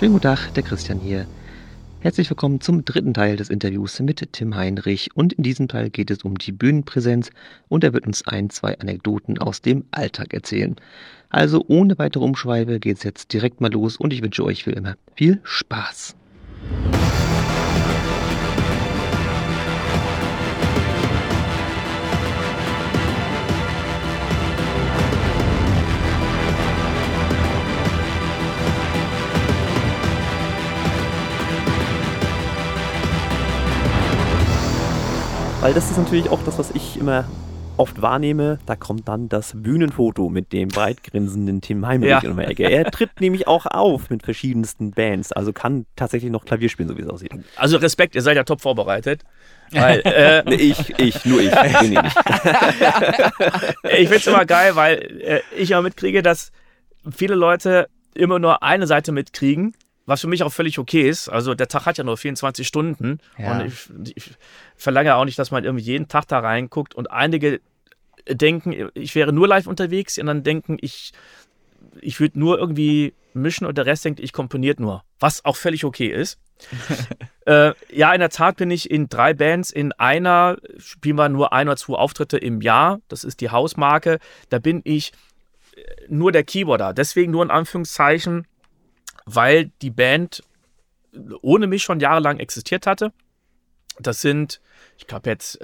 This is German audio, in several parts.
Schönen guten Tag, der Christian hier. Herzlich willkommen zum dritten Teil des Interviews mit Tim Heinrich. Und in diesem Teil geht es um die Bühnenpräsenz und er wird uns 2 Anekdoten aus dem Alltag erzählen. Also ohne weitere Umschweife geht es jetzt direkt mal los und ich wünsche euch wie immer viel Spaß. Weil das ist natürlich auch das, was ich immer oft wahrnehme. Da kommt dann das Bühnenfoto mit dem breitgrinsenden Tim Heinrich in der Ecke. Er tritt nämlich auch auf mit verschiedensten Bands. Also kann tatsächlich noch Klavier spielen, so wie es aussieht. Also Respekt, ihr seid ja top vorbereitet. Weil, nur ich. Nee, nicht. Ich finde es immer geil, weil ich ja mitkriege, dass viele Leute immer nur eine Seite mitkriegen. Was für mich auch völlig okay ist. Also der Tag hat ja nur 24 Stunden. Ja. Und ich verlange auch nicht, dass man irgendwie jeden Tag da reinguckt. Und einige denken, ich wäre nur live unterwegs. Die anderen denken, ich würde nur irgendwie mischen. Und der Rest denkt, ich komponiert nur. Was auch völlig okay ist. Ja, in der Tat bin ich in 3 Bands. In einer spielen wir nur 1 oder 2 Auftritte im Jahr. Das ist die Hausmarke. Da bin ich nur der Keyboarder. Deswegen nur in Anführungszeichen, weil die Band ohne mich schon jahrelang existiert hatte. Das sind, ich glaube jetzt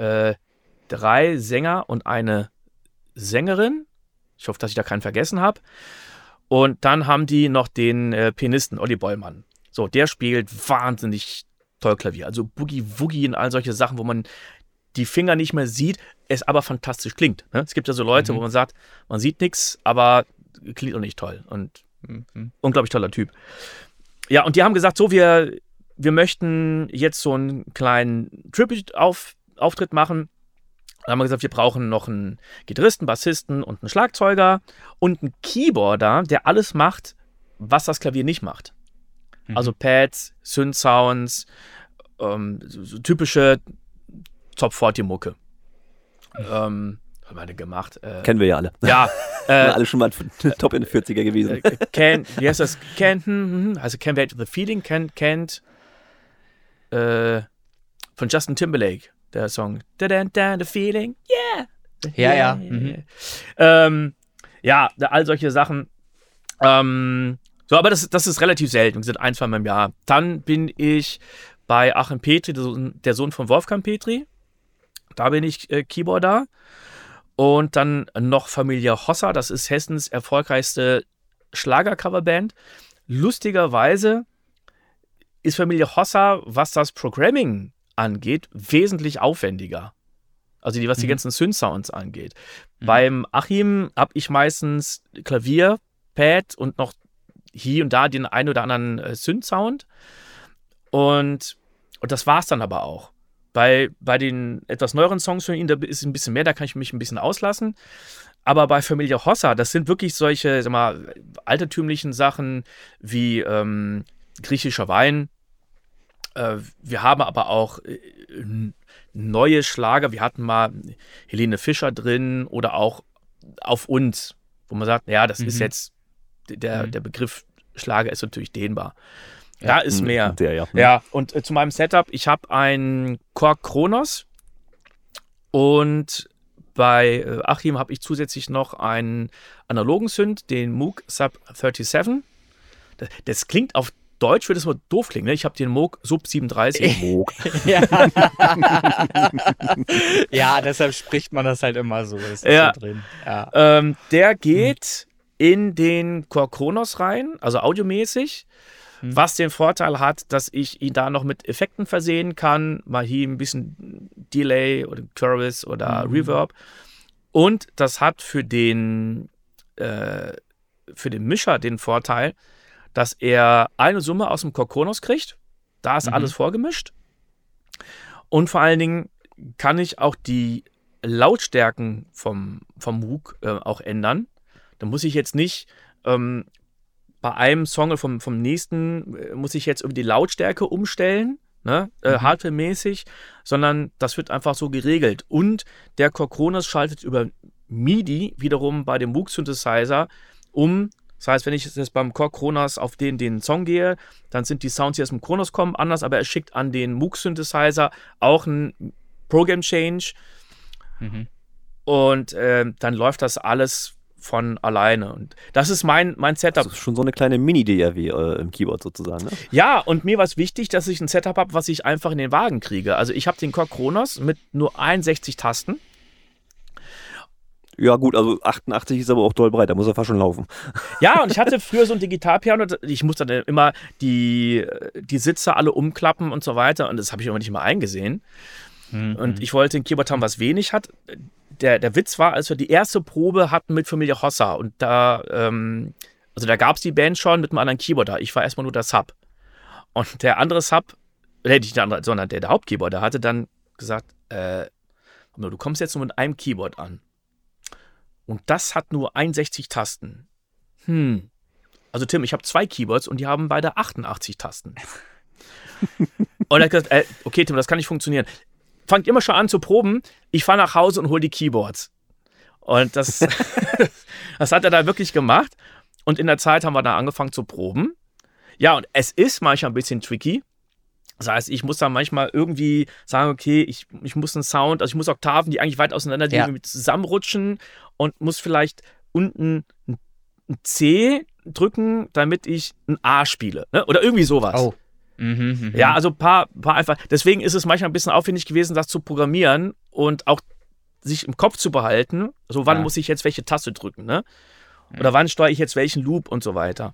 3 Sänger und eine Sängerin. Ich hoffe, dass ich da keinen vergessen habe. Und dann haben die noch den Pianisten, Olli Bollmann. So, der spielt wahnsinnig toll Klavier. Also Boogie-Woogie und all solche Sachen, wo man die Finger nicht mehr sieht, es aber fantastisch klingt. Ne? Es gibt ja so Leute, wo man sagt, man sieht nichts, aber klingt auch nicht toll. Und unglaublich toller Typ. Ja, und die haben gesagt, so, wir möchten jetzt so einen kleinen Tribute-Auftritt machen. Da haben wir gesagt, wir brauchen noch einen Gitarristen, Bassisten und einen Schlagzeuger und einen Keyboarder, der alles macht, was das Klavier nicht macht. Also Pads, Synth-Sounds, so typische Top-40-Mucke. Haben wir denn gemacht? Kennen wir ja alle. Ja. Alle schon mal top in den 40er gewesen. Wie heißt das? Also Can't Wait to the Feeling, Can't von Justin Timberlake, der Song. The Feeling, yeah. Ja. All solche Sachen. So, aber das ist relativ selten. Wir sind 1-2 Mal im Jahr. Dann bin ich bei Achim Petri, der Sohn von Wolfgang Petri. Da bin ich Keyboarder. Und dann noch Familie Hossa, das ist Hessens erfolgreichste Schlagercoverband. Lustigerweise ist Familie Hossa, was das Programming angeht, wesentlich aufwendiger. Also was die ganzen Synth-Sounds angeht. Beim Achim habe ich meistens Klavier, Pad und noch hier und da den einen oder anderen Synth-Sound. Und das war's dann aber auch. Bei den etwas neueren Songs von ihm, da ist ein bisschen mehr, da kann ich mich ein bisschen auslassen. Aber bei Familie Hossa, das sind wirklich solche, sag mal, altertümlichen Sachen wie griechischer Wein. Wir haben aber auch neue Schlager. Wir hatten mal Helene Fischer drin oder auch Auf uns, wo man sagt, ja, das ist jetzt, der Begriff Schlager ist natürlich dehnbar. Da ist mehr. Ja, und zu meinem Setup, ich habe einen Korg Kronos und bei Achim habe ich zusätzlich noch einen analogen Synth, den Moog Sub 37. Das klingt auf Deutsch, würde es mal doof klingen, ne? Ich habe den Moog Sub 37. Moog. Ja, deshalb spricht man das halt immer so. Das ist so drin. Ja. Der geht in den Korg Kronos rein, also audiomäßig. Was den Vorteil hat, dass ich ihn da noch mit Effekten versehen kann. Mal hier ein bisschen Delay oder Chorus oder Reverb. Und das hat für den Mischer den Vorteil, dass er eine Summe aus dem Korg Kronos kriegt. Da ist alles vorgemischt. Und vor allen Dingen kann ich auch die Lautstärken vom Moog auch ändern. Da muss ich jetzt nicht bei einem Song vom nächsten muss ich jetzt irgendwie die Lautstärke umstellen, ne, hardware-mäßig, sondern das wird einfach so geregelt. Und der Korg Kronos schaltet über MIDI wiederum bei dem Moog Synthesizer um Das heißt, wenn ich jetzt beim Korg Kronos auf den Song gehe, dann sind die Sounds, die aus dem Kronos kommen, anders, aber er schickt an den Moog Synthesizer auch einen Program Change und dann läuft das alles von alleine. Und das ist mein Setup. Das ist schon so eine kleine Mini-DAW im Keyboard sozusagen, ne? Ja, und mir war es wichtig, dass ich ein Setup habe, was ich einfach in den Wagen kriege. Also ich habe den Korg Kronos mit nur 61 Tasten. Ja gut, also 88 ist aber auch doll breit, da muss er fast schon laufen. Ja, und ich hatte früher so ein Digitalpiano, ich musste dann immer die Sitze alle umklappen und so weiter und das habe ich immer nicht mal eingesehen. Und ich wollte ein Keyboard haben, was wenig hat. Der Witz war, als wir die erste Probe hatten mit Familie Hossa und da gab es die Band schon mit einem anderen Keyboarder. Ich war erstmal nur der Sub. Und der andere Sub, nicht der andere, sondern der Hauptkeyboarder hatte dann gesagt, du kommst jetzt nur mit einem Keyboard an. Und das hat nur 61 Tasten. Also Tim, ich habe 2 Keyboards und die haben beide 88 Tasten. Und er hat gesagt, okay Tim, das kann nicht funktionieren. Fangt immer schon an zu proben. Ich fahre nach Hause und hole die Keyboards. Und das hat er da wirklich gemacht. Und in der Zeit haben wir da angefangen zu proben. Ja, und es ist manchmal ein bisschen tricky. Das heißt, ich muss dann manchmal irgendwie sagen, okay, ich muss einen Sound, also ich muss Oktaven, die eigentlich weit auseinander liegen, zusammenrutschen und muss vielleicht unten ein C drücken, damit ich ein A spiele. Ne? Oder irgendwie sowas. Oh. Ja, also ein paar einfach. Deswegen ist es manchmal ein bisschen aufwendig gewesen, das zu programmieren und auch sich im Kopf zu behalten. Also wann muss ich jetzt welche Taste drücken, ne? Oder wann steuere ich jetzt welchen Loop und so weiter.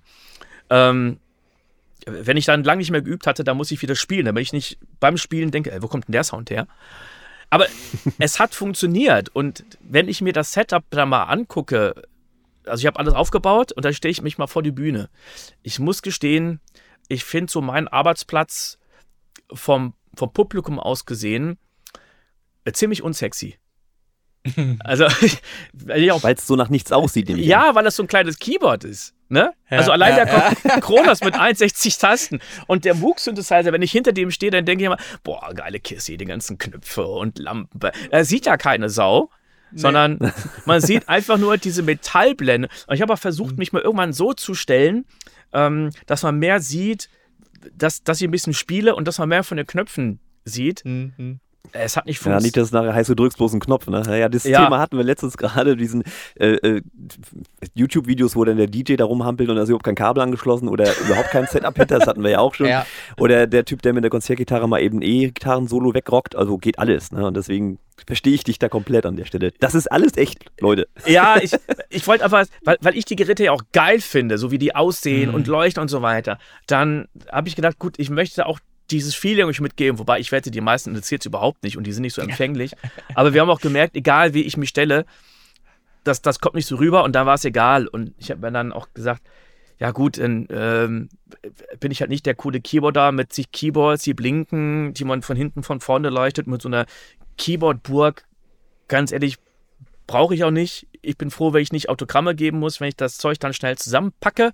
Wenn ich dann lange nicht mehr geübt hatte, dann muss ich wieder spielen, damit ich nicht beim Spielen denke, wo kommt denn der Sound her? Aber es hat funktioniert und wenn ich mir das Setup dann mal angucke, also ich habe alles aufgebaut und dann stehe ich mich mal vor die Bühne. Ich muss gestehen, ich finde so meinen Arbeitsplatz vom Publikum aus gesehen ziemlich unsexy. Also, weil es so nach nichts aussieht. Ja, weil das so ein kleines Keyboard ist. Ne? Ja, also allein der Kronos mit 61 Tasten und der Moog Synthesizer, wenn ich hinter dem stehe, dann denke ich immer, boah, geile Kiste, die ganzen Knöpfe und Lampen. Er sieht ja keine Sau, sondern man sieht einfach nur diese Metallblende. Und ich habe auch versucht, mich mal irgendwann so zu stellen, dass man mehr sieht, dass ich ein bisschen spiele und dass man mehr von den Knöpfen sieht. Es hat nicht funktioniert. Ja, nicht, dass es nachher heißt, du drückst bloß einen Knopf. Ne? Ja, das Thema hatten wir letztens gerade, diesen YouTube-Videos, wo dann der DJ da rumhampelt und da ist überhaupt kein Kabel angeschlossen oder überhaupt kein Setup hinter, das hatten wir ja auch schon. Ja. Oder der Typ, der mit der Konzertgitarre mal eben E-Gitarren-Solo wegrockt, also geht alles. Ne? Und deswegen verstehe ich dich da komplett an der Stelle. Das ist alles echt, Leute. Ja, ich wollte einfach, weil ich die Geräte ja auch geil finde, so wie die aussehen und leuchten und so weiter, dann habe ich gedacht, gut, ich möchte auch dieses Feeling euch mitgeben, wobei ich wette, die meisten interessiert es überhaupt nicht und die sind nicht so empfänglich. Aber wir haben auch gemerkt, egal wie ich mich stelle, das kommt nicht so rüber und dann war es egal. Und ich habe mir dann auch gesagt, ja gut, dann bin ich halt nicht der coole Keyboarder mit sich Keyboards, die blinken, die man von hinten, von vorne leuchtet, mit so einer Keyboard-Burg. Ganz ehrlich, brauche ich auch nicht. Ich bin froh, wenn ich nicht Autogramme geben muss, wenn ich das Zeug dann schnell zusammenpacke.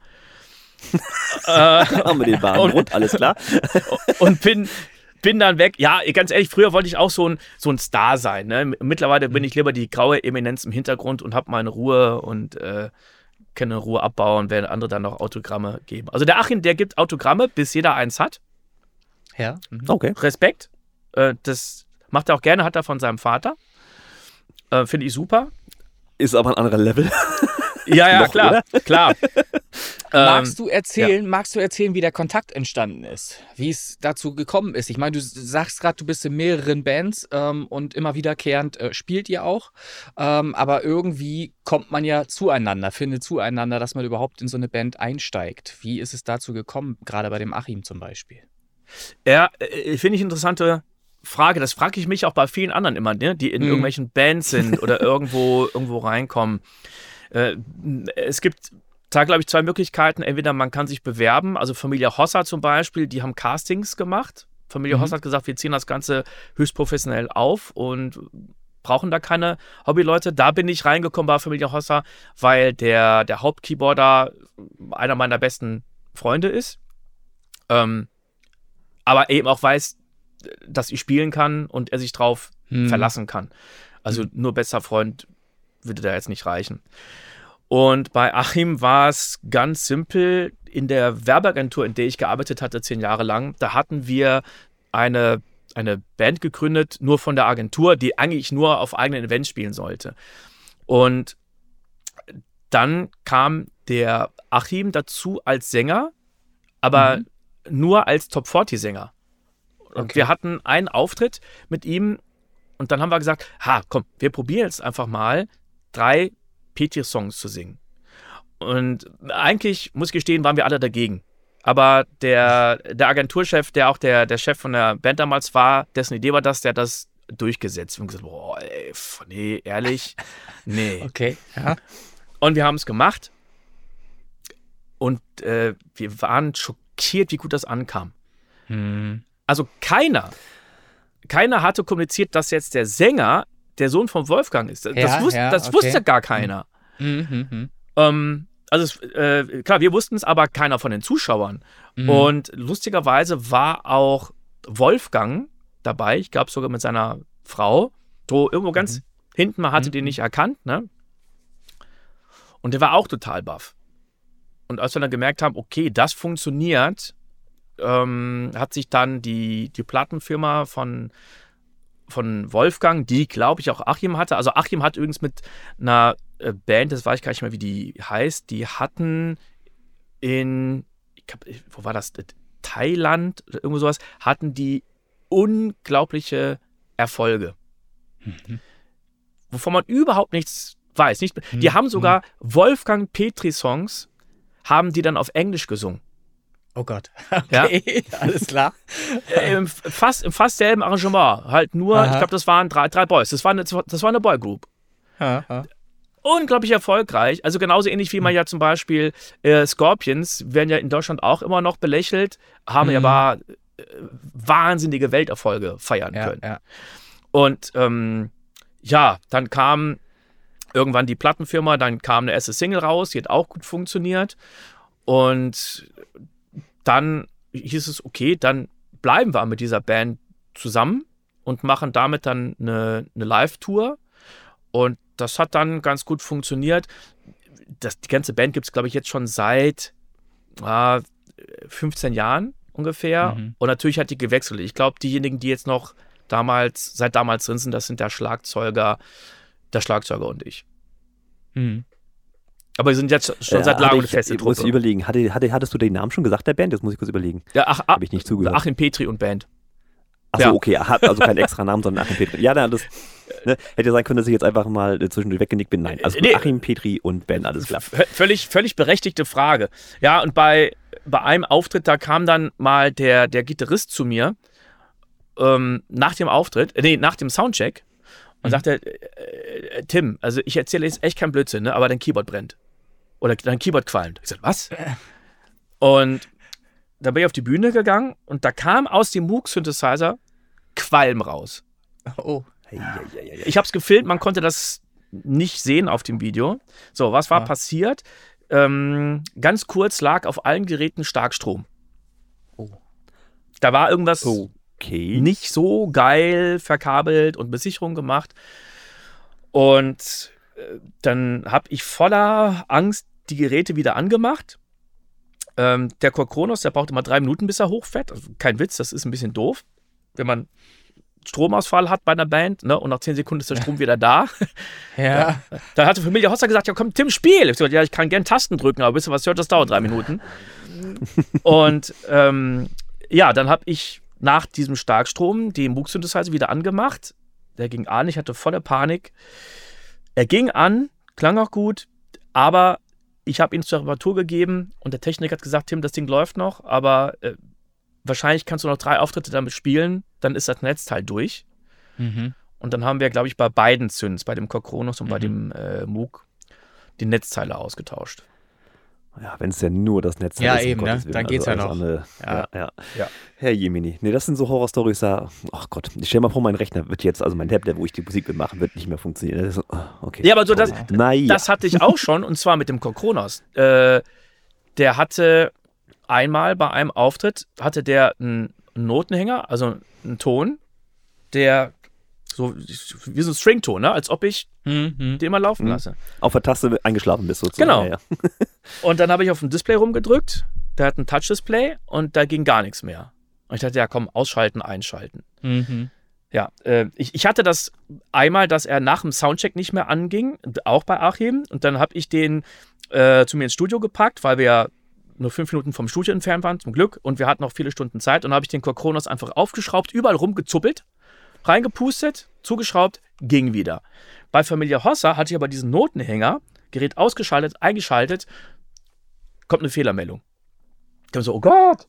Haben wir den Wagen rund, alles klar. Und bin dann weg. Ja, ganz ehrlich, früher wollte ich auch so ein Star sein. Ne? Mittlerweile bin ich lieber die graue Eminenz im Hintergrund und habe meine Ruhe und kann in Ruhe abbauen, während andere dann noch Autogramme geben. Also der Achim, der gibt Autogramme, bis jeder eins hat. Ja. Okay. Respekt. Das macht er auch gerne, hat er von seinem Vater. Finde ich super. Ist aber ein anderer Level. Ja, noch, klar. Magst du erzählen, wie der Kontakt entstanden ist? Wie es dazu gekommen ist? Ich meine, du sagst gerade, du bist in mehreren Bands und immer wiederkehrend spielt ihr auch. Aber irgendwie kommt man ja findet zueinander, dass man überhaupt in so eine Band einsteigt. Wie ist es dazu gekommen, gerade bei dem Achim zum Beispiel? Ja, finde ich interessante Frage. Das frage ich mich auch bei vielen anderen immer, ne? Die in irgendwelchen Bands sind oder irgendwo reinkommen. Es gibt da, glaube ich, 2 Möglichkeiten. Entweder man kann sich bewerben, also Familie Hossa zum Beispiel, die haben Castings gemacht. Familie Hossa hat gesagt, wir ziehen das Ganze höchst professionell auf und brauchen da keine Hobbyleute. Da bin ich reingekommen bei Familie Hossa, weil der Hauptkeyboarder einer meiner besten Freunde ist. Aber eben auch weiß, dass ich spielen kann und er sich drauf verlassen kann. Also nur bester Freund würde da jetzt nicht reichen. Und bei Achim war es ganz simpel. In der Werbeagentur, in der ich gearbeitet hatte, 10 Jahre lang, da hatten wir eine Band gegründet, nur von der Agentur, die eigentlich nur auf eigenen Events spielen sollte. Und dann kam der Achim dazu als Sänger, aber nur als Top-40-Sänger. Und wir hatten einen Auftritt mit ihm und dann haben wir gesagt, komm, wir probieren jetzt einfach mal 3 Petri-Songs zu singen. Und eigentlich, muss ich gestehen, waren wir alle dagegen. Aber der Agenturchef, der auch der Chef von der Band damals war, dessen Idee war das, der hat das durchgesetzt. Wir haben gesagt, boah, ey, nee, ehrlich, nee. Okay, ja. Und wir haben es gemacht und wir waren schockiert, wie gut das ankam. Also keiner hatte kommuniziert, dass jetzt der Sänger der Sohn von Wolfgang ist. Das wusste gar keiner. Also klar, wir wussten es, aber keiner von den Zuschauern. Und lustigerweise war auch Wolfgang dabei, ich glaube sogar mit seiner Frau, so irgendwo ganz hinten, man hatte den nicht erkannt, ne? Und der war auch total baff. Und als wir dann gemerkt haben, okay, das funktioniert, hat sich dann die Plattenfirma von Wolfgang, die, glaube ich, auch Achim hatte. Also Achim hat übrigens mit einer Band, das weiß ich gar nicht mehr, wie die heißt, die hatten wo war das? Thailand oder irgendwo sowas, hatten die unglaubliche Erfolge. Wovon man überhaupt nichts weiß. Die haben sogar Wolfgang Petri-Songs, haben die dann auf Englisch gesungen. Oh Gott. Okay, ja? Alles klar. Im fast selben Arrangement. Halt nur, ich glaube, das waren drei Boys. Das war eine Boygroup. Unglaublich erfolgreich. Also genauso ähnlich wie man ja zum Beispiel Scorpions, werden ja in Deutschland auch immer noch belächelt, haben ja aber wahnsinnige Welterfolge feiern können. Ja. Und dann kam irgendwann die Plattenfirma, dann kam eine erste Single raus, die hat auch gut funktioniert. Und dann hieß es, okay, dann bleiben wir mit dieser Band zusammen und machen damit dann eine Live-Tour. Und das hat dann ganz gut funktioniert. Die ganze Band gibt es, glaube ich, jetzt schon seit 15 Jahren ungefähr. Und natürlich hat die gewechselt. Ich glaube, diejenigen, die jetzt noch seit damals drin sind, das sind der Schlagzeuger und ich. Aber wir sind jetzt schon seit langem eine feste Truppe. Ich muss überlegen, hattest du den Namen schon gesagt, der Band? Das muss ich kurz überlegen. Ja, habe ich nicht zugehört. Achim Petri und Band. Achso, okay, also kein extra Namen, sondern Achim Petri. Ja, das hätte sein können, dass ich jetzt einfach mal zwischendurch weggenickt bin. Nein, also Achim Petri und Band, alles klar. Völlig berechtigte Frage. Ja, und bei einem Auftritt, da kam dann mal der Gitarrist zu mir nach dem Soundcheck und sagte, Tim, also ich erzähle jetzt echt kein Blödsinn, ne, aber dein Keyboard brennt. Oder dein Keyboard qualmt. Ich sagte, was? Und da bin ich auf die Bühne gegangen und da kam aus dem Moog-Synthesizer Qualm raus. Oh. Ich habe es gefilmt, man konnte das nicht sehen auf dem Video. So, was war passiert? Ganz kurz lag auf allen Geräten Starkstrom. Oh. Da war irgendwas nicht so geil verkabelt und Besicherung gemacht. Und dann habe ich voller Angst die Geräte wieder angemacht. Der Kronos, der braucht immer 3 Minuten, bis er hochfährt. Also kein Witz, das ist ein bisschen doof. Wenn man Stromausfall hat bei einer Band, ne, und nach 10 Sekunden ist der Strom wieder da. Ja. Da hatte Familie Hossa gesagt, ja komm, Tim, spiel. Ich sagte, ja, ich kann gern Tasten drücken, aber wisst ihr, was hört, das dauert 3 Minuten. Und dann habe ich nach diesem Starkstrom den Moog-Synthesizer wieder angemacht. Der ging an, ich hatte volle Panik. Er ging an, klang auch gut, aber ich habe ihn zur Reparatur gegeben und der Techniker hat gesagt, Tim, das Ding läuft noch, aber wahrscheinlich kannst du noch 3 Auftritte damit spielen, dann ist das Netzteil durch. Und dann haben wir, glaube ich, bei beiden Synths, bei dem Kronos und bei dem Moog, die Netzteile ausgetauscht. Ja, wenn es ja nur das Netzteil ist. Ja, eben, ne? Dann geht's ja noch. Ja. Herr Jemini. Nee, das sind so Horror-Stories da. Ach Gott, ich stell mal vor, mein Rechner wird jetzt, also mein Tablet, wo ich die Musik mitmachen, wird nicht mehr funktionieren. Das ist, okay. Ja, aber so das hatte ich auch schon, und zwar mit dem Kronos. Der hatte einmal bei einem Auftritt, hatte der einen Notenhänger, also einen Ton, der So wie so ein Strington, ne? Als ob ich den mal laufen lasse. Auf der Taste eingeschlafen bist sozusagen. Genau. Ja. Und dann habe ich auf dem Display rumgedrückt, der hat ein Touch-Display und da ging gar nichts mehr. Und ich dachte, ja komm, ausschalten, einschalten. Ja, ich hatte das einmal, dass er nach dem Soundcheck nicht mehr anging, auch bei Achim. Und dann habe ich den zu mir ins Studio gepackt, weil wir ja nur 5 Minuten vom Studio entfernt waren, zum Glück. Und wir hatten noch viele Stunden Zeit. Und dann habe ich den Core Kronos einfach aufgeschraubt, überall rumgezuppelt, reingepustet, zugeschraubt, ging wieder. Bei Familie Hossa hatte ich aber diesen Notenhänger, Gerät ausgeschaltet, eingeschaltet, kommt eine Fehlermeldung. Ich habe so, oh Gott.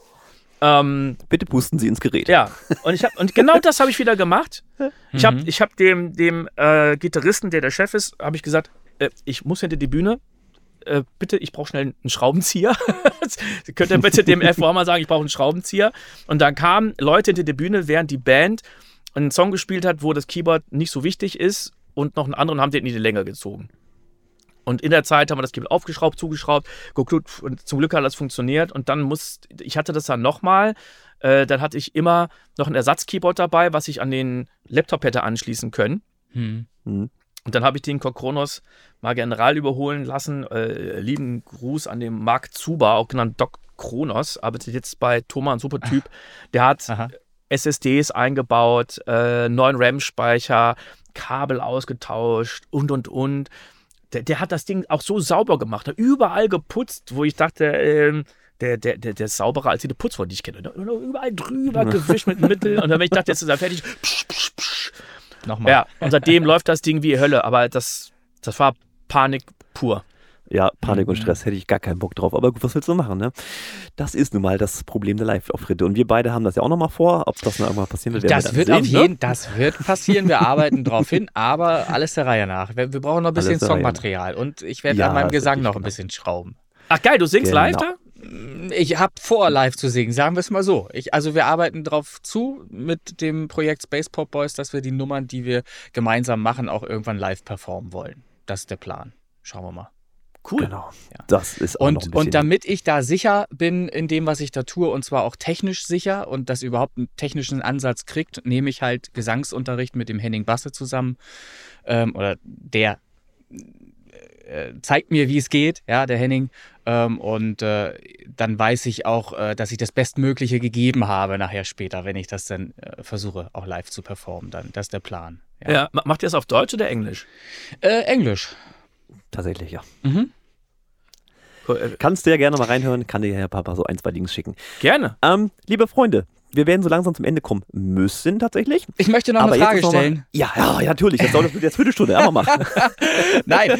Bitte pusten Sie ins Gerät. Ja, und genau das habe ich wieder gemacht. Ich hab dem Gitarristen, der Chef ist, habe ich gesagt, ich muss hinter die Bühne. Bitte, ich brauche schnell einen Schraubenzieher. Sie könnt ihr bitte dem FOH mal sagen, ich brauche einen Schraubenzieher. Und dann kamen Leute hinter die Bühne, während die Band einen Song gespielt hat, wo das Keyboard nicht so wichtig ist und noch einen anderen haben den in die Länge gezogen. Und in der Zeit haben wir das Keyboard aufgeschraubt, zugeschraubt, geguckt und zum Glück hat das funktioniert. Und dann ich hatte das dann nochmal, dann hatte ich immer noch ein Ersatz-Keyboard dabei, was ich an den Laptop hätte anschließen können. Und dann habe ich den Core Kronos mal general überholen lassen. Lieben Gruß an den Marc Zuber, auch genannt Doc Kronos, arbeitet jetzt bei Thomann, ein super Typ. Der hat SSDs eingebaut, neuen RAM-Speicher, Kabel ausgetauscht und. Der hat das Ding auch so sauber gemacht, hat überall geputzt, wo ich dachte, der ist sauberer als jede Putzfrau, die ich kenne. Überall drüber gewischt mit Mittel und dann, wenn ich dachte, jetzt ist er fertig, Nochmal. Ja, und seitdem läuft das Ding wie Hölle, aber das war Panik pur. Ja, Panik und Stress, hätte ich gar keinen Bock drauf. Aber gut, was willst du machen, ne? Das ist nun mal das Problem der Live-Auftritte. Und wir beide haben das ja auch nochmal vor. Ob das noch irgendwann passieren wird, das wird passieren. Wir arbeiten drauf hin, aber alles der Reihe nach. Wir brauchen noch ein bisschen Songmaterial. Und ich werde an meinem Gesang noch ein bisschen schrauben. Ach geil, du singst live da? Ich habe vor, live zu singen, sagen wir es mal so. Also wir arbeiten drauf zu mit dem Projekt Space Pop Boys, dass wir die Nummern, die wir gemeinsam machen, auch irgendwann live performen wollen. Das ist der Plan. Schauen wir mal. Cool. Genau. Ja. Das ist auch noch ein bisschen. Und damit ich da sicher bin in dem, was ich da tue, und zwar auch technisch sicher und das überhaupt einen technischen Ansatz kriegt, nehme ich halt Gesangsunterricht mit dem Henning Basse zusammen. Oder der zeigt mir, wie es geht, ja, der Henning. Und dann weiß ich auch, dass ich das Bestmögliche gegeben habe nachher später, wenn ich das dann versuche, auch live zu performen. Dann. Das ist der Plan. Ja. Macht ihr das auf Deutsch oder Englisch? Englisch. Tatsächlich, ja. Cool. Kannst du ja gerne mal reinhören, kann dir Herr Papa so 1, 2 Links schicken. Gerne. Liebe Freunde, wir werden so langsam zum Ende kommen müssen, tatsächlich. Ich möchte noch eine Frage stellen. Ja, natürlich. Das dauert jetzt Viertelstunde. Aber mach. Nein,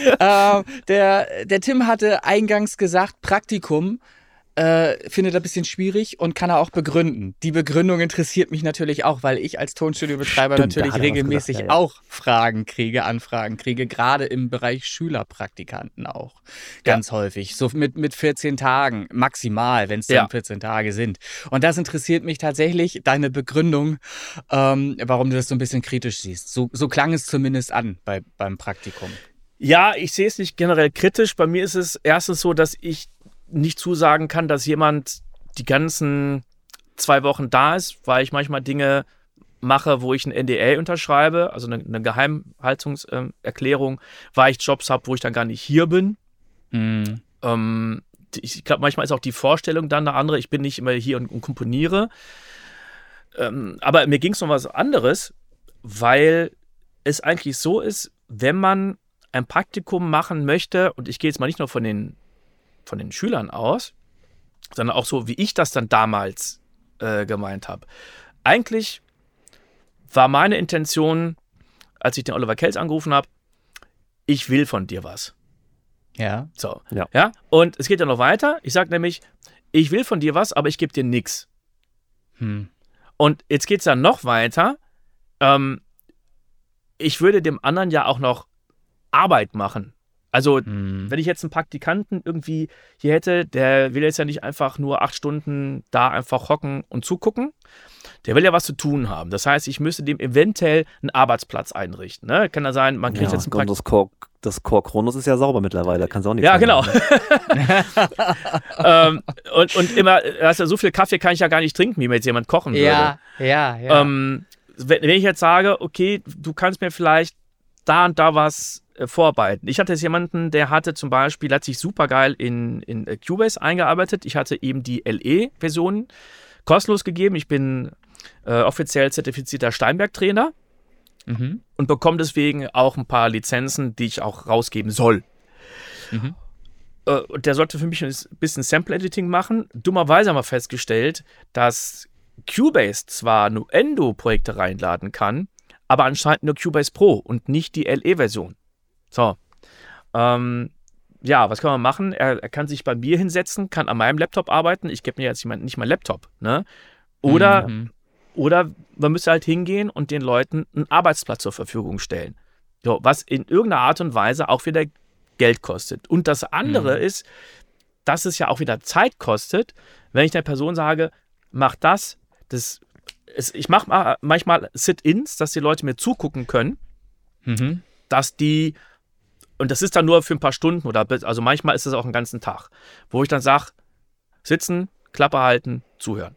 der Tim hatte eingangs gesagt, Praktikum findet er ein bisschen schwierig und kann er auch begründen. Die Begründung interessiert mich natürlich auch, weil ich als Tonstudiobetreiber natürlich regelmäßig auch Anfragen kriege, gerade im Bereich Schülerpraktikanten auch. Ganz häufig. So mit 14 Tagen maximal, wenn es dann 14 Tage sind. Und das interessiert mich tatsächlich, deine Begründung, warum du das so ein bisschen kritisch siehst. So klang es zumindest an beim Praktikum. Ja, ich sehe es nicht generell kritisch. Bei mir ist es erstens so, dass ich nicht zusagen kann, dass jemand die ganzen 2 Wochen da ist, weil ich manchmal Dinge mache, wo ich ein NDA unterschreibe, also eine Geheimhaltungserklärung, weil ich Jobs habe, wo ich dann gar nicht hier bin. Ich glaube, manchmal ist auch die Vorstellung dann eine andere. Ich bin nicht immer hier und komponiere. Aber mir ging es um was anderes, weil es eigentlich so ist, wenn man ein Praktikum machen möchte, und ich gehe jetzt mal nicht nur von den Schülern aus, sondern auch so, wie ich das dann damals gemeint habe. Eigentlich war meine Intention, als ich den Oliver Kelz angerufen habe, ich will von dir was. Ja. So. Ja. Und es geht ja noch weiter. Ich sage nämlich, ich will von dir was, aber ich gebe dir nichts. Und jetzt geht es dann noch weiter. Ich würde dem anderen ja auch noch Arbeit machen. Also, wenn ich jetzt einen Praktikanten irgendwie hier hätte, der will jetzt ja nicht einfach nur 8 Stunden da einfach hocken und zugucken. Der will ja was zu tun haben. Das heißt, ich müsste dem eventuell einen Arbeitsplatz einrichten. Ne? Kann ja sein, man kriegt jetzt einen Praktikanten. Das Core Kronos ist ja sauber mittlerweile, kannst du auch nicht sagen. Ja, genau. Und immer, so viel Kaffee kann ich ja gar nicht trinken, wie mir jetzt jemand kochen würde. Ja. wenn ich jetzt sage, okay, du kannst mir vielleicht da und da was vorarbeiten. Ich hatte jetzt jemanden, der hatte zum Beispiel, hat sich super geil in Cubase eingearbeitet. Ich hatte eben die LE-Version kostenlos gegeben. Ich bin offiziell zertifizierter Steinberg-Trainer und bekomme deswegen auch ein paar Lizenzen, die ich auch rausgeben soll. Und der sollte für mich ein bisschen Sample-Editing machen. Dummerweise haben wir festgestellt, dass Cubase zwar Nuendo-Projekte reinladen kann, aber anscheinend nur Cubase Pro und nicht die LE-Version. So. Ja, was kann man machen? Er kann sich bei mir hinsetzen, kann an meinem Laptop arbeiten. Ich gebe mir jetzt nicht meinen Laptop. Ne? Oder man müsste halt hingehen und den Leuten einen Arbeitsplatz zur Verfügung stellen. So, was in irgendeiner Art und Weise auch wieder Geld kostet. Und das andere ist, dass es ja auch wieder Zeit kostet, wenn ich der Person sage, mach das. Ich mache manchmal Sit-ins, dass die Leute mir zugucken können, dass die, und das ist dann nur für ein paar Stunden also manchmal ist es auch einen ganzen Tag, wo ich dann sage, sitzen, Klappe halten, zuhören.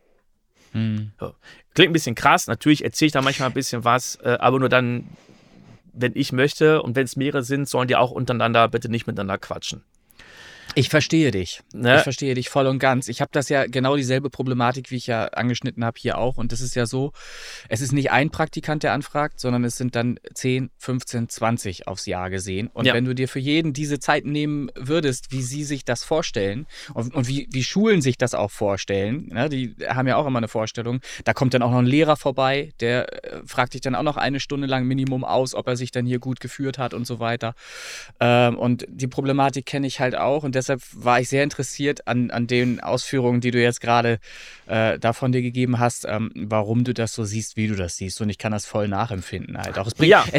So. Klingt ein bisschen krass, natürlich erzähle ich da manchmal ein bisschen was, aber nur dann, wenn ich möchte und wenn es mehrere sind, sollen die auch untereinander bitte nicht miteinander quatschen. Ich verstehe dich. Ne? Ich verstehe dich voll und ganz. Ich habe das ja genau dieselbe Problematik, wie ich ja angeschnitten habe, hier auch. Und das ist ja so, es ist nicht ein Praktikant, der anfragt, sondern es sind dann 10, 15, 20 aufs Jahr gesehen. Und wenn du dir für jeden diese Zeit nehmen würdest, wie sie sich das vorstellen und wie Schulen sich das auch vorstellen, ne? Die haben ja auch immer eine Vorstellung, da kommt dann auch noch ein Lehrer vorbei, der fragt dich dann auch noch 1 Stunde lang Minimum aus, ob er sich dann hier gut geführt hat und so weiter. Und die Problematik kenne ich halt auch und deshalb war ich sehr interessiert an den Ausführungen, die du jetzt gerade davon dir gegeben hast, warum du das so siehst, wie du das siehst. Und ich kann das voll nachempfinden halt auch.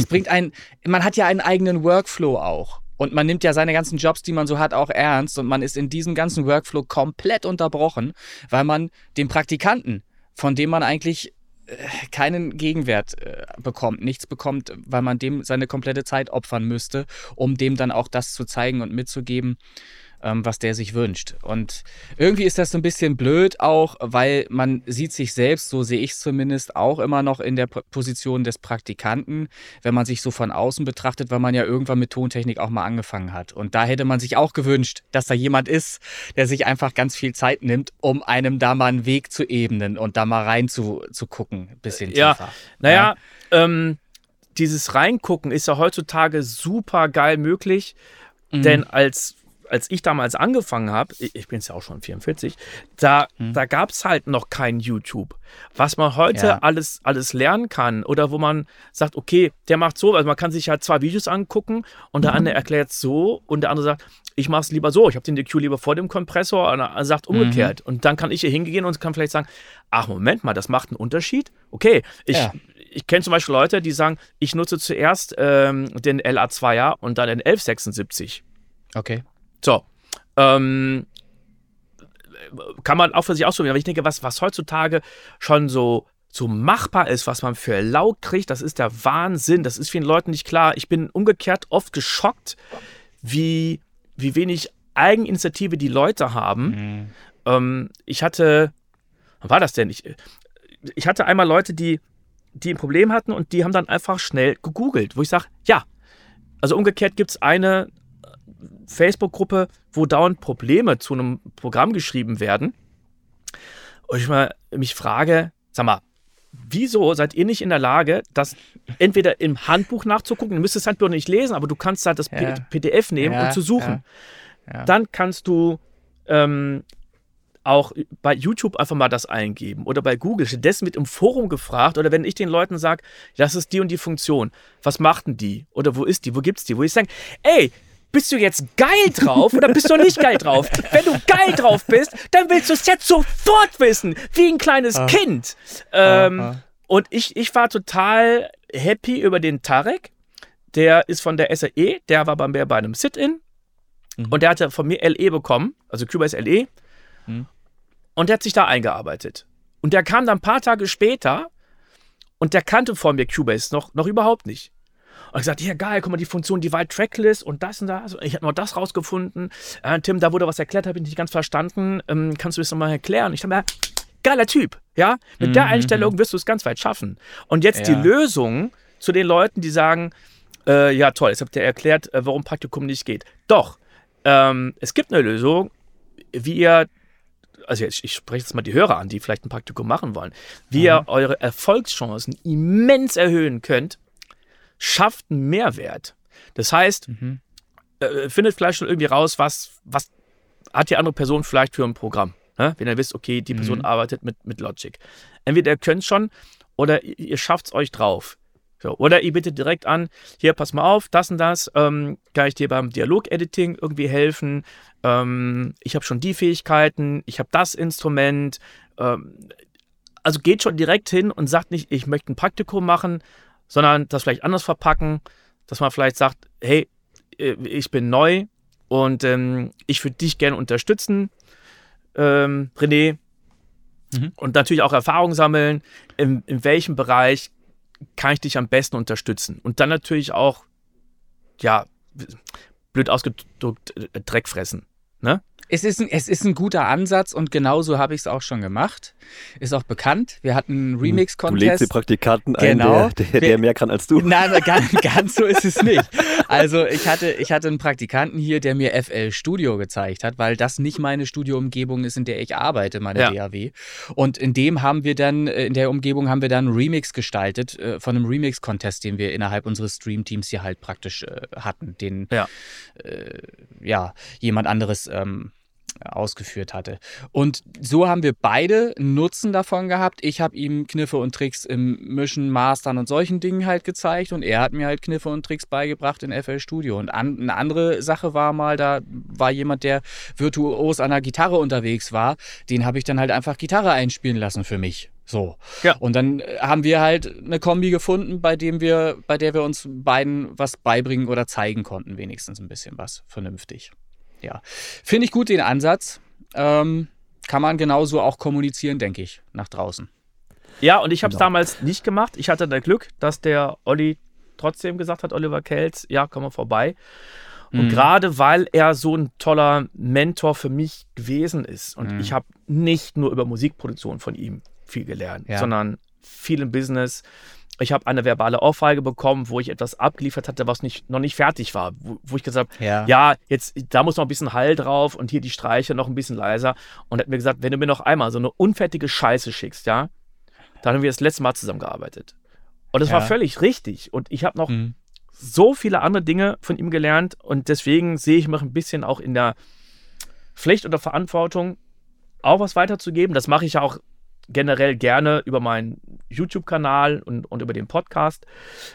Man hat ja einen eigenen Workflow auch. Und man nimmt ja seine ganzen Jobs, die man so hat, auch ernst. Und man ist in diesem ganzen Workflow komplett unterbrochen, weil man den Praktikanten, von dem man eigentlich keinen Gegenwert bekommt, nichts bekommt, weil man dem seine komplette Zeit opfern müsste, um dem dann auch das zu zeigen und mitzugeben, was der sich wünscht. Und irgendwie ist das so ein bisschen blöd auch, weil man sieht sich selbst, so sehe ich es zumindest, auch immer noch in der Position des Praktikanten, wenn man sich so von außen betrachtet, weil man ja irgendwann mit Tontechnik auch mal angefangen hat. Und da hätte man sich auch gewünscht, dass da jemand ist, der sich einfach ganz viel Zeit nimmt, um einem da mal einen Weg zu ebnen und da mal rein zu gucken, ein bisschen tiefer. Dieses Reingucken ist ja heutzutage super geil möglich, denn als ich damals angefangen habe, ich bin es ja auch schon 44, da gab es halt noch kein YouTube. Was man heute alles lernen kann oder wo man sagt, okay, der macht so, also man kann sich halt 2 Videos angucken und der andere erklärt es so und der andere sagt, ich mache es lieber so, ich habe den EQ lieber vor dem Kompressor und er sagt umgekehrt. Und dann kann ich hier hingehen und kann vielleicht sagen, ach Moment mal, das macht einen Unterschied? Okay, ich kenne zum Beispiel Leute, die sagen, ich nutze zuerst den LA2er und dann den 1176. Okay. So, kann man auch für sich ausprobieren. Aber ich denke, was heutzutage schon so machbar ist, was man für laut kriegt, das ist der Wahnsinn. Das ist vielen Leuten nicht klar. Ich bin umgekehrt oft geschockt, wie wenig Eigeninitiative die Leute haben. Ich hatte, wann war das denn? Ich hatte einmal Leute, die ein Problem hatten und die haben dann einfach schnell gegoogelt, wo ich sage, ja, also umgekehrt gibt es eine Facebook-Gruppe, wo dauernd Probleme zu einem Programm geschrieben werden. Und ich mich frage, sag mal, wieso seid ihr nicht in der Lage, das entweder im Handbuch nachzugucken, du müsstest das Handbuch nicht lesen, aber du kannst halt das PDF nehmen und zu suchen. Dann kannst du auch bei YouTube einfach mal das eingeben oder bei Google. Stattdessen wird im Forum gefragt oder wenn ich den Leuten sage, das ist die und die Funktion, was macht denn die? Oder wo ist die? Wo gibt's die? Wo ich sage, ey, bist du jetzt geil drauf oder bist du nicht geil drauf? Wenn du geil drauf bist, dann willst du es jetzt sofort wissen, wie ein kleines Kind. Und ich war total happy über den Tarek. Der ist von der SAE, der war bei mir bei einem Sit-In und der hatte von mir LE bekommen, also Cubase LE. Und der hat sich da eingearbeitet. Und der kam dann ein paar Tage später und der kannte von mir Cubase noch überhaupt nicht. Und ich sagte, ja geil, guck mal, die Funktion, die White Tracklist und das und das. Und ich habe noch das rausgefunden. Tim, da wurde was erklärt, habe ich nicht ganz verstanden. Kannst du das nochmal erklären? Ich dachte mir, geiler Typ, ja? Mit der Einstellung wirst du es ganz weit schaffen. Und jetzt die Lösung zu den Leuten, die sagen, ja toll, jetzt habt ihr erklärt, warum Praktikum nicht geht. Doch, es gibt eine Lösung, wie ihr, also ich spreche jetzt mal die Hörer an, die vielleicht ein Praktikum machen wollen, wie ihr eure Erfolgschancen immens erhöhen könnt, schafft einen Mehrwert. Das heißt, findet vielleicht schon irgendwie raus, was hat die andere Person vielleicht für ein Programm. Ne? Wenn ihr wisst, okay, die Person arbeitet mit Logic. Entweder ihr könnt schon oder ihr schafft es euch drauf. So, oder ihr bittet direkt an, hier, pass mal auf, das und das, kann ich dir beim Dialog-Editing irgendwie helfen? Ich habe schon die Fähigkeiten, ich habe das Instrument. Also geht schon direkt hin und sagt nicht, ich möchte ein Praktikum machen, sondern das vielleicht anders verpacken, dass man vielleicht sagt, hey, ich bin neu und ich würde dich gerne unterstützen, René, und natürlich auch Erfahrung sammeln, in welchem Bereich kann ich dich am besten unterstützen. Und dann natürlich auch, ja, blöd ausgedrückt, Dreck fressen. Ne? Es ist ein guter Ansatz und genauso habe ich es auch schon gemacht. Ist auch bekannt. Wir hatten einen Remix-Contest. Du legst den Praktikanten ein, der mehr kann als du. Nein, ganz so ist es nicht. Also ich hatte einen Praktikanten hier, der mir FL Studio gezeigt hat, weil das nicht meine Studioumgebung ist, in der ich arbeite, meine DAW. Und in der Umgebung haben wir dann einen Remix gestaltet von einem Remix-Contest, den wir innerhalb unseres Stream-Teams hier halt praktisch hatten, den jemand anderes ausgeführt hatte. Und so haben wir beide Nutzen davon gehabt. Ich habe ihm Kniffe und Tricks im Mischen, Mastern und solchen Dingen halt gezeigt und er hat mir halt Kniffe und Tricks beigebracht in FL Studio. Und eine andere Sache war mal, da war jemand, der virtuos an der Gitarre unterwegs war, den habe ich dann halt einfach Gitarre einspielen lassen für mich. So. Ja. Und dann haben wir halt eine Kombi gefunden, bei der wir uns beiden was beibringen oder zeigen konnten, wenigstens ein bisschen was vernünftig. Ja, finde ich gut den Ansatz. Kann man genauso auch kommunizieren, denke ich, nach draußen. Ja, und ich habe es damals nicht gemacht. Ich hatte da Glück, dass der Olli trotzdem gesagt hat, Oliver Kelz, ja, komm mal vorbei. Und gerade weil er so ein toller Mentor für mich gewesen ist und ich habe nicht nur über Musikproduktion von ihm viel gelernt, sondern viel im Business. Ich habe eine verbale Ohrfeige bekommen, wo ich etwas abgeliefert hatte, was noch nicht fertig war. Wo ich gesagt habe, jetzt, da muss noch ein bisschen Hall drauf und hier die Streiche noch ein bisschen leiser. Und er hat mir gesagt, wenn du mir noch einmal so eine unfertige Scheiße schickst, dann haben wir das letzte Mal zusammengearbeitet. Und das war völlig richtig. Und ich habe noch so viele andere Dinge von ihm gelernt. Und deswegen sehe ich mich ein bisschen auch in der Pflicht oder Verantwortung, auch was weiterzugeben. Das mache ich ja auch generell gerne über meinen YouTube-Kanal und über den Podcast.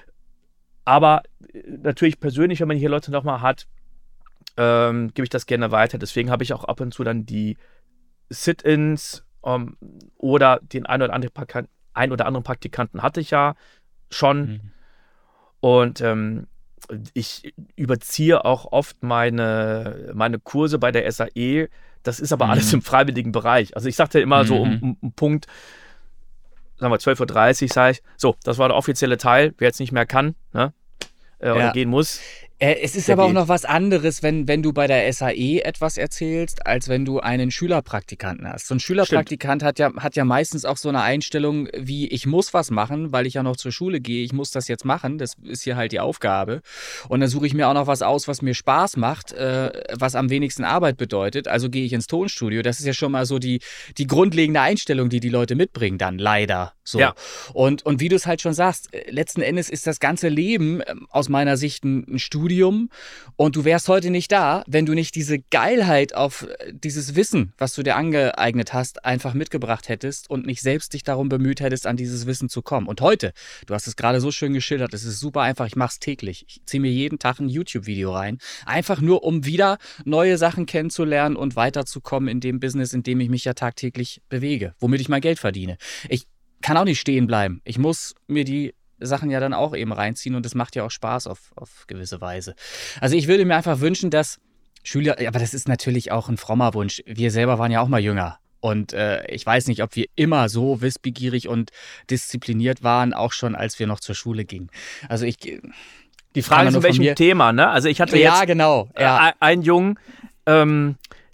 Aber natürlich persönlich, wenn man hier Leute nochmal hat, gebe ich das gerne weiter. Deswegen habe ich auch ab und zu dann die Sit-ins oder den ein oder anderen Praktikanten hatte ich ja schon. Und ich überziehe auch oft meine Kurse bei der SAE. Das ist aber alles im freiwilligen Bereich. Also ich sagte immer so um Punkt, sagen wir 12:30 Uhr, sage ich, so, das war der offizielle Teil, wer jetzt nicht mehr kann, ne? Oder gehen muss. Es ist aber auch noch was anderes, wenn du bei der SAE etwas erzählst, als wenn du einen Schülerpraktikanten hast. So ein Schülerpraktikant hat ja meistens auch so eine Einstellung wie, ich muss was machen, weil ich ja noch zur Schule gehe, ich muss das jetzt machen, das ist hier halt die Aufgabe. Und dann suche ich mir auch noch was aus, was mir Spaß macht, was am wenigsten Arbeit bedeutet. Also gehe ich ins Tonstudio. Das ist ja schon mal so die grundlegende Einstellung, die Leute mitbringen dann, leider. So. Ja. Und wie du es halt schon sagst, letzten Endes ist das ganze Leben aus meiner Sicht ein Studium und du wärst heute nicht da, wenn du nicht diese Geilheit auf dieses Wissen, was du dir angeeignet hast, einfach mitgebracht hättest und nicht selbst dich darum bemüht hättest, an dieses Wissen zu kommen. Und heute, du hast es gerade so schön geschildert, es ist super einfach, ich mache es täglich. Ich ziehe mir jeden Tag ein YouTube-Video rein, einfach nur, um wieder neue Sachen kennenzulernen und weiterzukommen in dem Business, in dem ich mich ja tagtäglich bewege, womit ich mein Geld verdiene. Ich kann auch nicht stehen bleiben. Ich muss mir die Sachen ja dann auch eben reinziehen und das macht ja auch Spaß auf gewisse Weise. Also ich würde mir einfach wünschen, dass Schüler, aber das ist natürlich auch ein frommer Wunsch, wir selber waren ja auch mal jünger und ich weiß nicht, ob wir immer so wissbegierig und diszipliniert waren, auch schon als wir noch zur Schule gingen. Also die Frage ist, in welchem Thema, ne? Also ich hatte jetzt einen Jungen,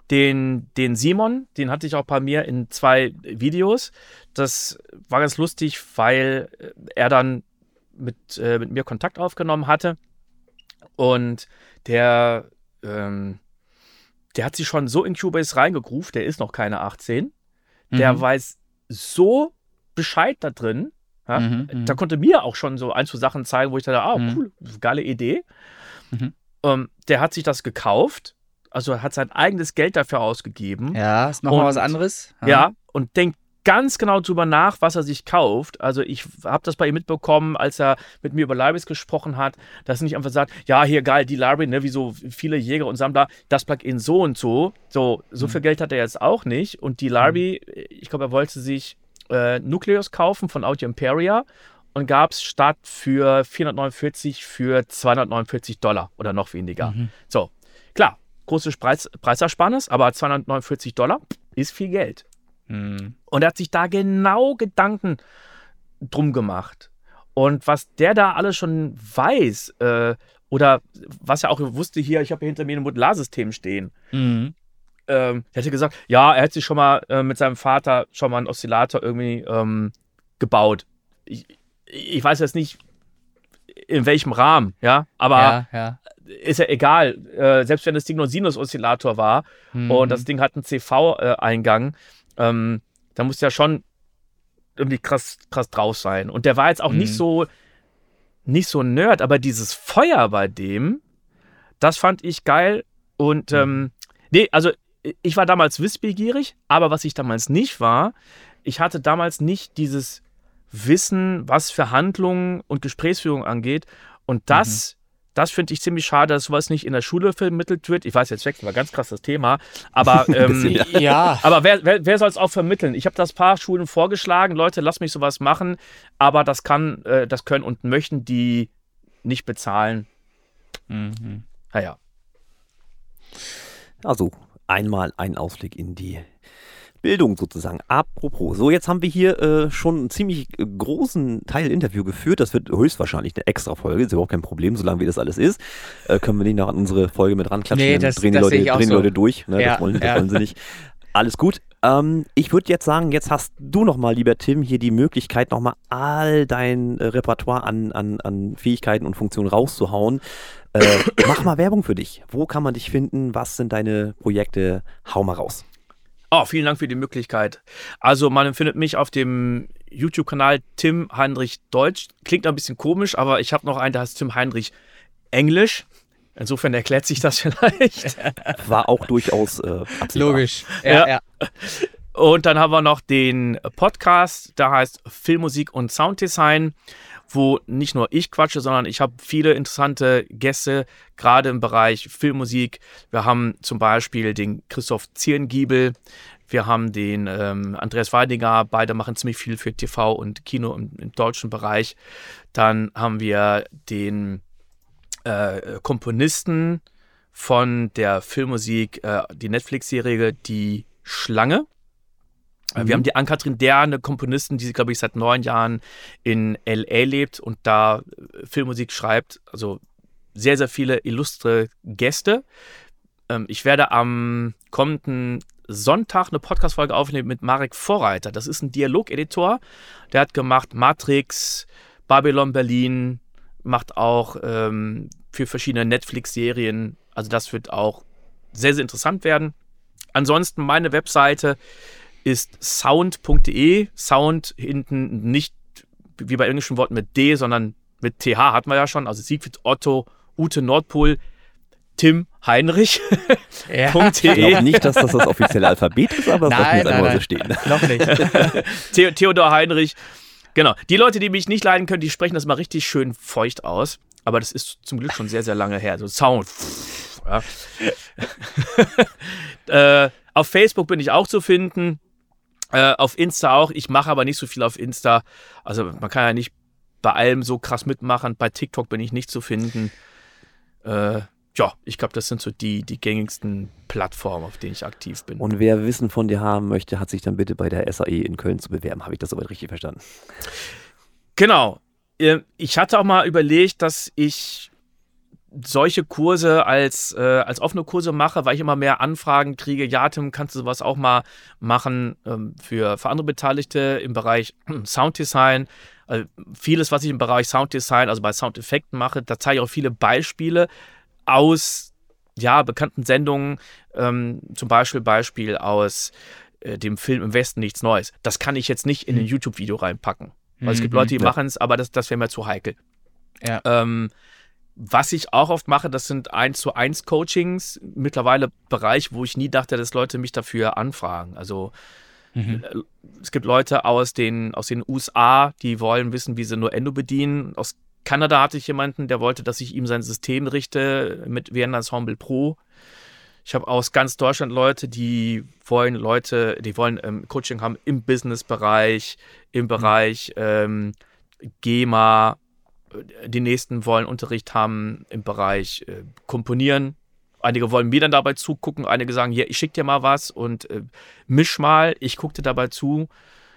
den Simon, den hatte ich auch bei mir in 2 Videos. Das war ganz lustig, weil er dann mit mir Kontakt aufgenommen hatte. Und der hat sich schon so in Cubase reingegroovt, der ist noch keine 18. Der weiß so Bescheid da drin. Ja? Da konnte mir auch schon so 1, 2 Sachen zeigen, wo ich dachte, cool, geile Idee. Der hat sich das gekauft, also hat sein eigenes Geld dafür ausgegeben. Ja, ist nochmal was anderes. Ja, und denkt ganz genau drüber nach, was er sich kauft. Also ich habe das bei ihm mitbekommen, als er mit mir über Libraries gesprochen hat, dass er nicht einfach sagt, ja, hier geil, die Library, ne, wie so viele Jäger und Sammler, das Plugin so und so. So viel Geld hat er jetzt auch nicht. Und die Library, ich glaube, er wollte sich Nucleus kaufen von Audio Imperia und gab es statt für 449 für $249 oder noch weniger. So, klar, großes Preisersparnis, aber $249 ist viel Geld. Und er hat sich da genau Gedanken drum gemacht. Und was der da alles schon weiß, oder was er auch wusste hier, ich habe hier hinter mir ein Modularsystem stehen. Er hätte gesagt, ja, er hat sich schon mal mit seinem Vater schon mal einen Oszillator irgendwie gebaut. Ich weiß jetzt nicht, in welchem Rahmen, ja, aber ist ja egal. Selbst wenn das Ding nur ein Sinus-Oszillator war und das Ding hat einen CV-Eingang, da muss ja schon irgendwie krass drauf sein. Und der war jetzt auch nicht so ein Nerd, aber dieses Feuer bei dem, das fand ich geil. Und nee, also ich war damals wissbegierig, aber was ich damals nicht war, ich hatte damals nicht dieses Wissen, was Verhandlungen und Gesprächsführung angeht. Und das finde ich ziemlich schade, dass sowas nicht in der Schule vermittelt wird. Ich weiß, jetzt wechseln wir ganz krass das Thema, aber aber wer soll es auch vermitteln? Ich habe das paar Schulen vorgeschlagen, Leute, lasst mich sowas machen, aber das können und möchten die nicht bezahlen. Naja. Also, einmal ein Ausblick in die Bildung sozusagen. Apropos, so jetzt haben wir hier schon einen ziemlich großen Teil Interview geführt. Das wird höchstwahrscheinlich eine extra Folge, ist überhaupt kein Problem, solange wie das alles ist. Können wir nicht noch an unsere Folge mit ranklatschen, nee, dann drehen die Leute durch. Ne? Das wollen sie nicht. Alles gut. Ich würde jetzt sagen, jetzt hast du nochmal, lieber Tim, hier die Möglichkeit, nochmal all dein Repertoire an Fähigkeiten und Funktionen rauszuhauen. Mach mal Werbung für dich. Wo kann man dich finden? Was sind deine Projekte? Hau mal raus. Oh, vielen Dank für die Möglichkeit. Also man findet mich auf dem YouTube-Kanal Tim Heinrich Deutsch. Klingt ein bisschen komisch, aber ich habe noch einen, der heißt Tim Heinrich Englisch. Insofern erklärt sich das vielleicht. War auch durchaus absehbar. Logisch. Ja. Und dann haben wir noch den Podcast, der heißt Filmmusik und Sounddesign, wo nicht nur ich quatsche, sondern ich habe viele interessante Gäste, gerade im Bereich Filmmusik. Wir haben zum Beispiel den Christoph Zierengiebel, wir haben den Andreas Weidinger, beide machen ziemlich viel für TV und Kino im deutschen Bereich. Dann haben wir den Komponisten von der Filmmusik, die Netflix-Serie Die Schlange. Wir haben die Ann-Kathrin Dehr, eine Komponistin, die, glaube ich, seit 9 Jahren in L.A. lebt und da Filmmusik schreibt. Also sehr, sehr viele illustre Gäste. Ich werde am kommenden Sonntag eine Podcast-Folge aufnehmen mit Marek Vorreiter. Das ist ein Dialogeditor. Der hat gemacht Matrix, Babylon Berlin, macht auch für verschiedene Netflix-Serien. Also das wird auch sehr, sehr interessant werden. Ansonsten meine Webseite ist sound.de. Sound hinten nicht wie bei englischen Worten mit D, sondern mit TH hatten wir ja schon. Also Siegfried Otto, Ute Nordpol, Tim Heinrich. Ja. Ich glaube nicht, dass das offizielle Alphabet ist, aber das muss einfach so stehen. Noch nicht. Theodor Heinrich. Genau. Die Leute, die mich nicht leiden können, die sprechen das mal richtig schön feucht aus. Aber das ist zum Glück schon sehr, sehr lange her. So Sound. Ja. Auf Facebook bin ich auch zu finden. Auf Insta auch. Ich mache aber nicht so viel auf Insta. Also man kann ja nicht bei allem so krass mitmachen. Bei TikTok bin ich nicht zu finden. Ja, ich glaube, das sind so die gängigsten Plattformen, auf denen ich aktiv bin. Und wer Wissen von dir haben möchte, hat sich dann bitte bei der SAE in Köln zu bewerben. Habe ich das soweit richtig verstanden? Genau. Ich hatte auch mal überlegt, dass ich solche Kurse als offene Kurse mache, weil ich immer mehr Anfragen kriege. Ja, Tim, kannst du sowas auch mal machen für andere Beteiligte im Bereich Sounddesign. Vieles, was ich im Bereich Sounddesign, also bei Soundeffekten mache, da zeige ich auch viele Beispiele aus bekannten Sendungen, zum Beispiel aus dem Film Im Westen nichts Neues. Das kann ich jetzt nicht in ein YouTube-Video reinpacken. Weil es gibt Leute, die machen es, aber das wäre mir zu heikel. Ja. Was ich auch oft mache, das sind 1:1 Coachings. Mittlerweile Bereich, wo ich nie dachte, dass Leute mich dafür anfragen. Also es gibt Leute aus den USA, die wollen wissen, wie sie Nuendo bedienen. Aus Kanada hatte ich jemanden, der wollte, dass ich ihm sein System richte mit Vienna Ensemble Pro. Ich habe aus ganz Deutschland Leute, die wollen Coaching haben im Business-Bereich, im Bereich GEMA. Die nächsten wollen Unterricht haben im Bereich Komponieren. Einige wollen mir dann dabei zugucken. Einige sagen, ja, ich schicke dir mal was und misch mal. Ich gucke dir dabei zu.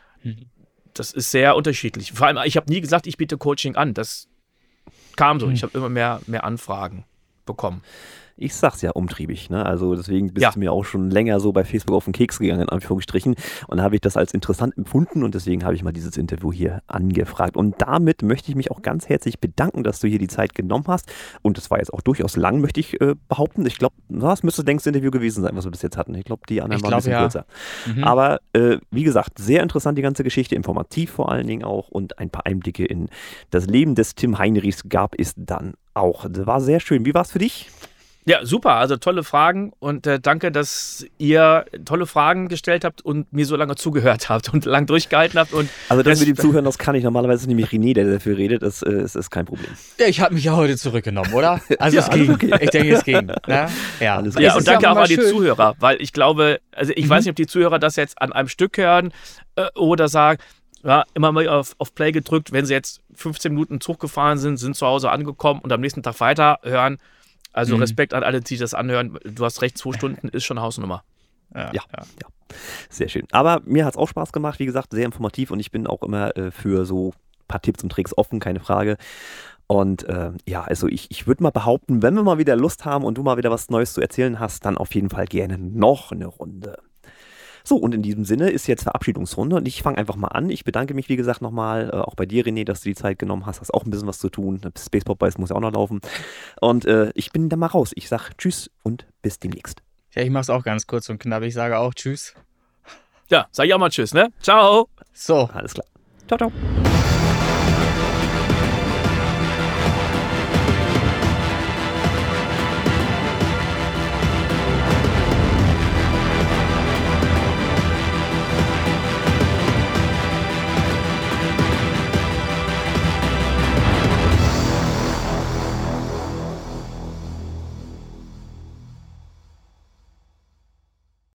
Das ist sehr unterschiedlich. Vor allem, ich habe nie gesagt, ich biete Coaching an. Das kam so. Ich habe immer mehr Anfragen bekommen. Ich sag's ja umtriebig, ne? Also deswegen bist du mir auch schon länger so bei Facebook auf den Keks gegangen, in Anführungsstrichen. Und da habe ich das als interessant empfunden und deswegen habe ich mal dieses Interview hier angefragt. Und damit möchte ich mich auch ganz herzlich bedanken, dass du hier die Zeit genommen hast. Und das war jetzt auch durchaus lang, möchte ich behaupten. Ich glaube, das müsste das längste Interview gewesen sein, was wir bis jetzt hatten. Ich glaube, die anderen waren ein bisschen kürzer. Aber wie gesagt, sehr interessant die ganze Geschichte, informativ vor allen Dingen auch und ein paar Einblicke in das Leben des Tim Heinrichs gab es dann auch. Das war sehr schön. Wie war es für dich? Ja, super. Also tolle Fragen und danke, dass ihr tolle Fragen gestellt habt und mir so lange zugehört habt und lang durchgehalten habt. Und also das mit dem Zuhören, das kann ich normalerweise, nämlich René, der dafür redet, das ist kein Problem. Ja, ich habe mich ja heute zurückgenommen, oder? Also es ging. Okay. Ich denke, es ging. Ne? Ja, und danke auch an die Zuhörer, weil ich glaube, also ich weiß nicht, ob die Zuhörer das jetzt an einem Stück hören oder sagen, ja, immer mal auf Play gedrückt, wenn sie jetzt 15 Minuten Zug gefahren sind zu Hause angekommen und am nächsten Tag weiter hören. Also Respekt an alle, die das anhören. Du hast recht, 2 Stunden ist schon Hausnummer. Ja. Sehr schön. Aber mir hat es auch Spaß gemacht, wie gesagt, sehr informativ und ich bin auch immer für so ein paar Tipps und Tricks offen, keine Frage. Und also ich würde mal behaupten, wenn wir mal wieder Lust haben und du mal wieder was Neues zu erzählen hast, dann auf jeden Fall gerne noch eine Runde. So, und in diesem Sinne ist jetzt Verabschiedungsrunde und ich fange einfach mal an. Ich bedanke mich, wie gesagt, nochmal, auch bei dir, René, dass du die Zeit genommen hast. Hast auch ein bisschen was zu tun. Space Pop Boys muss ja auch noch laufen. Und ich bin dann mal raus. Ich sage Tschüss und bis demnächst. Ja, ich mache es auch ganz kurz und knapp. Ich sage auch Tschüss. Ja, sag ich auch mal Tschüss, ne? Ciao. So. Alles klar. Ciao, ciao.